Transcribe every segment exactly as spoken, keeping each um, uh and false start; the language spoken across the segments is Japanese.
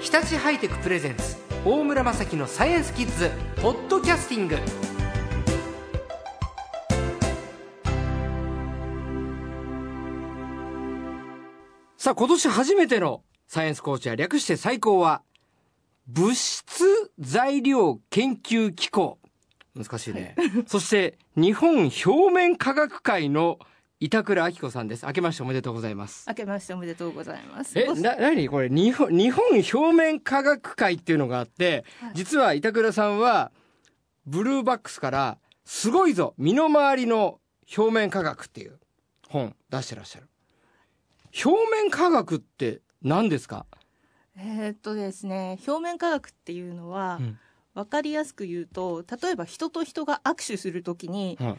日立ハイテクプレゼンツ大村雅樹のサイエンスキッズポッドキャスティング。さあ、今年初めてのサイエンスコーチャー、略して最高は物質材料研究機構、難しいね、はい、そして日本表面科学会の板倉明子さんです。明けましておめでとうございます。 明けましておめでとうございます。 え、な、何これ、日本、日本表面科学会っていうのがあって、はい、実は板倉さんはブルーバックスからすごいぞ身の回りの表面科学っていう本出してらっしゃる。表面科学って何ですか？ えー、っとですね表面科学っていうのは、うん、分かりやすく言うと、例えば人と人が握手するときに、はい、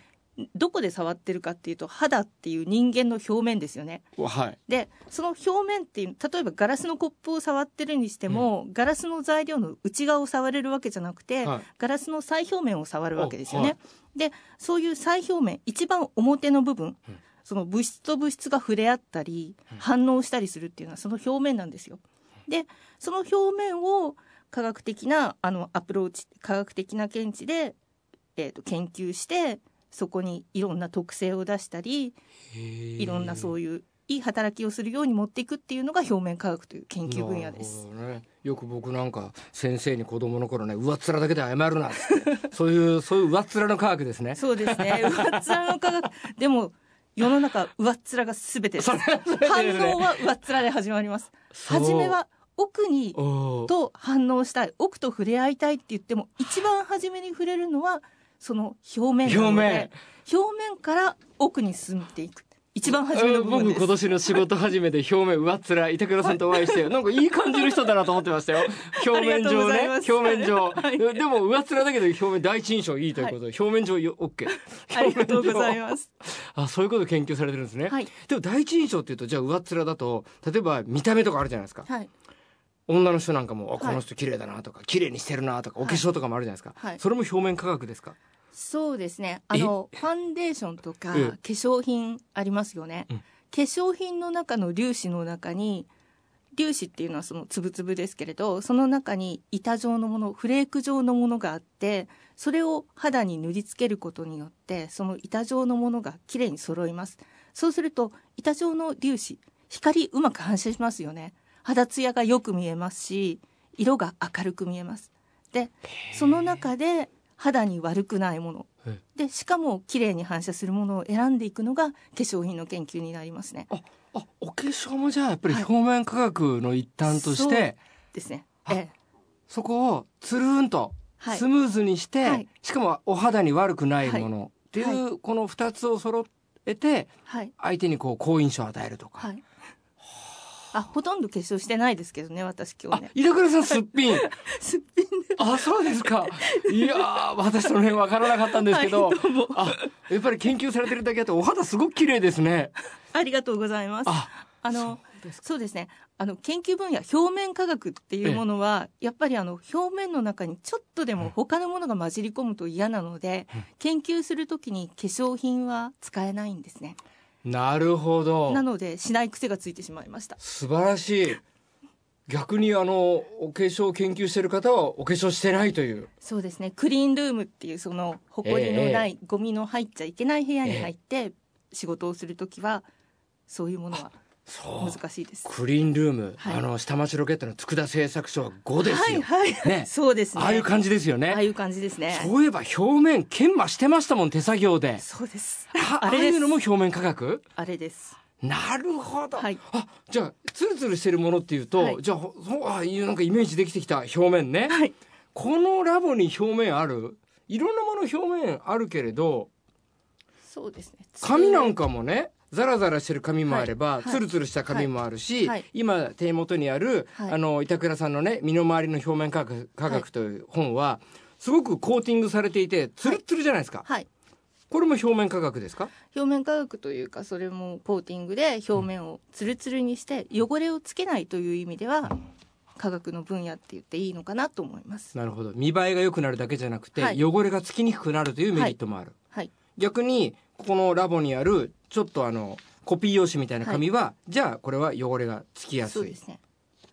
どこで触ってるかっていうと肌っていう人間の表面ですよね、 はい、 でその表面っていう、例えばガラスのコップを触ってるにしても、うん、ガラスの材料の内側を触れるわけじゃなくて、はい、ガラスの再表面を触るわけですよね、はい、でそういう再表面、一番表の部分、うん、その物質と物質が触れ合ったり、うん、反応したりするっていうのはその表面なんですよ。でその表面を科学的なあのアプローチ、科学的な見地で、えーと、研究して、そこにいろんな特性を出したり、いろんなそういういい働きをするように持っていくっていうのが表面科学という研究分野です。 なるほどね。よく僕なんか先生に子供の頃ね、上っ面だけで謝るなってそういうそういう上っ面の科学ですね。 そうですね、上っ面の科学でも世の中上っ面が全てです。反応は上っ面で始まります。初めは奥にと反応したい、奥と触れ合いたいって言っても、一番初めに触れるのはその表面なので、表面表面から奥に進んでいく一番初めの部分です。 僕今年の仕事始めで表面上っ面板倉さんとお会いしてなんかいい感じの人だなと思ってましたよ。表面上ね、表面上、はい、でも上っ面だけど表面第一印象いいということで、はい、表面上 OK。 ありがとうございます。 あ、そういうこと研究されてるんですね、はい、でも第一印象っていうと、じゃあ上っ面だと例えば見た目とかあるじゃないですか、はい、女の人なんかも、はい、この人綺麗だなとか綺麗にしてるなとか、お化粧とかもあるじゃないですか、はい、それも表面科学ですか？ そうですね、あのファンデーションとか化粧品ありますよね、うん、化粧品の中の粒子の中に、粒子っていうのはその粒々ですけれど、その中に板状のもの、フレーク状のものがあって、それを肌に塗りつけることによってその板状のものがきれいに揃います。そうすると板状の粒子、光うまく反射しますよね。肌ツヤがよく見えますし、色が明るく見えます。でその中で肌に悪くないもので、しかも綺麗に反射するものを選んでいくのが化粧品の研究になりますね。 ああ、お化粧もじゃあやっぱり表面科学の一端として、はい、 そうですね、ええ、 そこをつるんとスムーズにして、はい、しかもお肌に悪くないものっていう、はい、このふたつを揃えて、はい、相手にこう好印象を与えるとか、はい、 あ、ほとんど化粧してないですけどね、私今日ね。 板倉さんすっぴんすっぴんで。 あ、そうですか。いやー、私その辺分からなかったんですけど、はい、どうも。あ、やっぱり研究されてるだけあってお肌すごく綺麗ですね。 ありがとうございます。あ、あのそうですか。そうですね、あの研究分野、表面科学っていうものはやっぱりあの表面の中にちょっとでも他のものが混じり込むと嫌なので、うん、研究するときに化粧品は使えないんですね。 なるほど。 なのでしない癖がついてしまいました。 素晴らしい。逆にあのお化粧を研究している方はお化粧してないという。 そうですね、クリーンルームっていうその埃のない、えー、ゴミの入っちゃいけない部屋に入って仕事をするときは、そういうものは難しいです。 クリーンルーム、はい、あの下町ロケットの佃製作所はごですよ、 はいはいね、そうですね、 ああいう感じですよね。 ああいう感じですね。 そういえば表面研磨してましたもん、手作業で。 そうです。 あ, あれです。ああいうのも表面科学。 あれです。 なるほど、 はい、 あ、じゃあツルツルしてるものっていうと、はい、じゃああいうなんかイメージできてきた表面ね、はい、このラボに表面ある、いろんなもの表面あるけれど、 そうですね、 紙なんかもね、ザラザラしてる紙もあれば、はい、ツルツルした紙もあるし、はい、今手元にある、はい、あの板倉さんのね、身の回りの表面科学、科学という本はすごくコーティングされていてツルツルじゃないですか、はいはい、これも表面科学ですか？ 表面科学というか、それもコーティングで表面をツルツルにして汚れをつけないという意味では科学の分野って言っていいのかなと思います。 なるほど。見栄えが良くなるだけじゃなくて、はい、汚れがつきにくくなるというメリットもある、はいはい、逆にここのラボにあるちょっとあのコピー用紙みたいな紙は、はい、じゃあこれは汚れがつきやすい。 そうですね。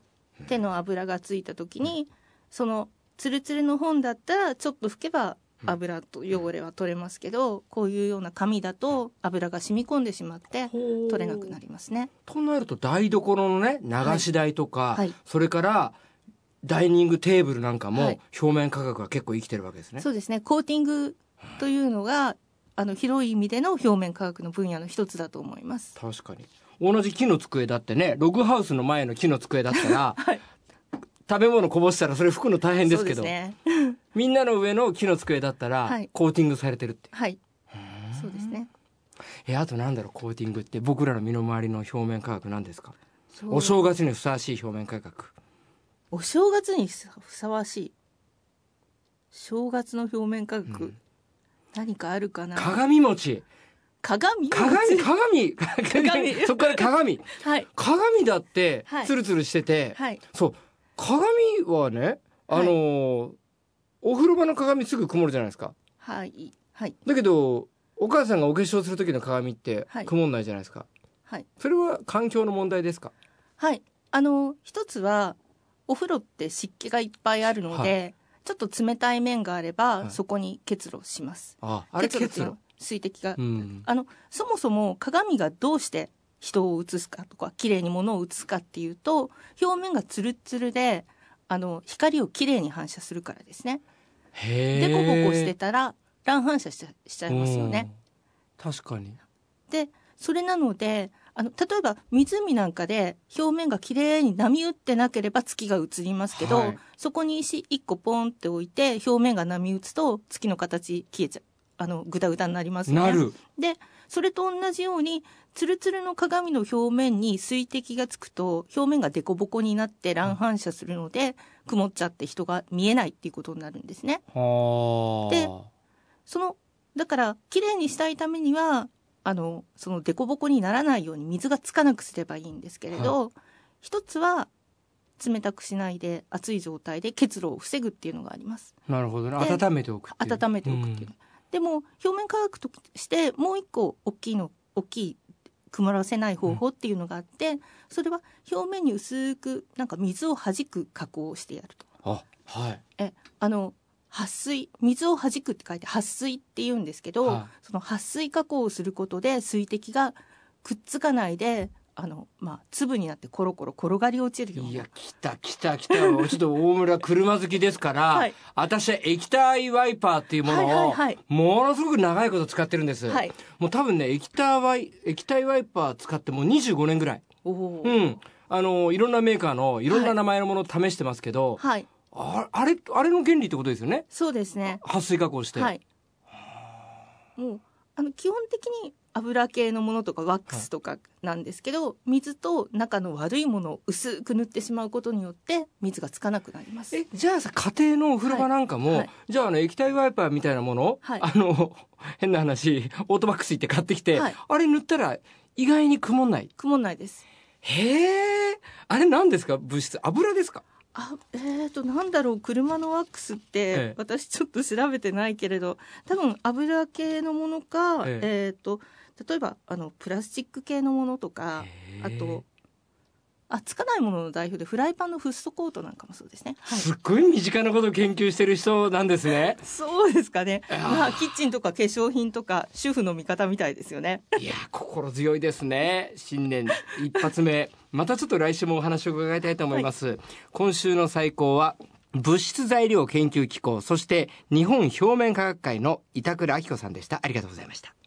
手の油がついた時に、そのツルツルの本だったらちょっと拭けば油と汚れは取れますけど、こういうような紙だと油が染み込んでしまって取れなくなりますね。 となると台所のね流し台とか、 はいはい、 それからダイニングテーブルなんかも表面価格が結構生きてるわけですね。 そうですね。コーティングというのがあの広い意味での表面価格の分野の一つだと思います。 確かに同じ木の机だってね、ログハウスの前の木の机だったら、はい、食べ物こぼしたらそれ拭くの大変ですけど、ね、みんなの上の木の机だったら、はい、コーティングされてるって。 はい、そうですね。 えあとなんだろう、コーティングって僕らの身の回りの表面価格なんですか？お正月にふさわしい表面価格。 お正月にふさわしい正月の表面価格、うん、何かあるかな。 鏡餅。 鏡鏡鏡鏡そっから鏡、 はい、 鏡だってツルツルしてて、はい、そう鏡はね、あのーはい、お風呂場の鏡すぐ曇るじゃないですか。 はい、はい、 だけどお母さんがお化粧する時の鏡って曇んないじゃないですか。はい、それは環境の問題ですか？ はい、あの一つはお風呂って湿気がいっぱいあるので、はい、ちょっと冷たい面があれば、はい、そこに結露します。 ああれ結露水滴が、 うん、 あのそもそも鏡がどうして人を映すかとか綺麗に物を映すかっていうと、表面がツルツルであの光を綺麗に反射するからですね。 へでコボコしてたら乱反射しちゃ、しちゃいますよね。 確かに。 でそれなのであの例えば湖なんかで表面が綺麗に波打ってなければ月が映りますけど、はい、そこに石いっこポンって置いて表面が波打つと月の形消えちゃう、あのグダグダになりますね。 なる。 でそれと同じようにツルツルの鏡の表面に水滴がつくと表面がデコボコになって乱反射するので、うん、曇っちゃって人が見えないっていうことになるんですね。 はでそのだから綺麗にしたいためにはあのそのデコボコにならないように水がつかなくすればいいんですけれど、はい、一つは冷たくしないで熱い状態で結露を防ぐっていうのがあります。 なるほどね。温めておくっていう。 温めておくっていう、うん、でも表面化学としてもう一個大きいの大きい曇らせない方法っていうのがあって、うん、それは表面に薄くなんか水を弾く加工をしてやると。 あ、はい。 えあの撥水、水を弾くって書いて撥水って言うんですけど、はい、その撥水加工をすることで水滴がくっつかないであの、まあ、粒になってコロコロ転がり落ちるような。 いや来た来た来たちょっと大村車好きですから、はい、私は液体ワイパーっていうものを、はいはいはい、ものすごく長いこと使ってるんです、はい、もう多分ね液体ワイ、液体ワイパー使ってもうにじゅうごねんぐらい。 おうん、あのいろんなメーカーのいろんな名前のものを試してますけど、 はい、 あ, あれあれの原理ってことですよね。 そうですね。 撥水加工して、 はい、もうあの基本的に油系のものとかワックスとかなんですけど、はい、水と中の悪いものを薄く塗ってしまうことによって水がつかなくなります。 えじゃあさ家庭のお風呂場なんかも、はいはい、じゃあ、ね、液体ワイパーみたいなもの、はい、あの変な話オートバックス行って買ってきて、はい、あれ塗ったら意外に曇んない。 曇んないです。 へえ。あれ何ですか？物質油ですか？ あえー、となんだろう車のワックスって、ええ、私ちょっと調べてないけれど多分油系のものか、えええー、と例えばあのプラスチック系のものとか、あとあつかないものの代表でフライパンのフッ素コートなんかもそうですね、 はい、すっごい身近なことを研究してる人なんですね。 そうですかね、まあ、キッチンとか化粧品とか主婦の味方みたいですよね。 いや心強いですね。新年一発目またちょっと来週もお話を伺いたいと思います、はい、今週の最高は物質材料研究機構そして日本表面科学会の板倉明子さんでした。ありがとうございました。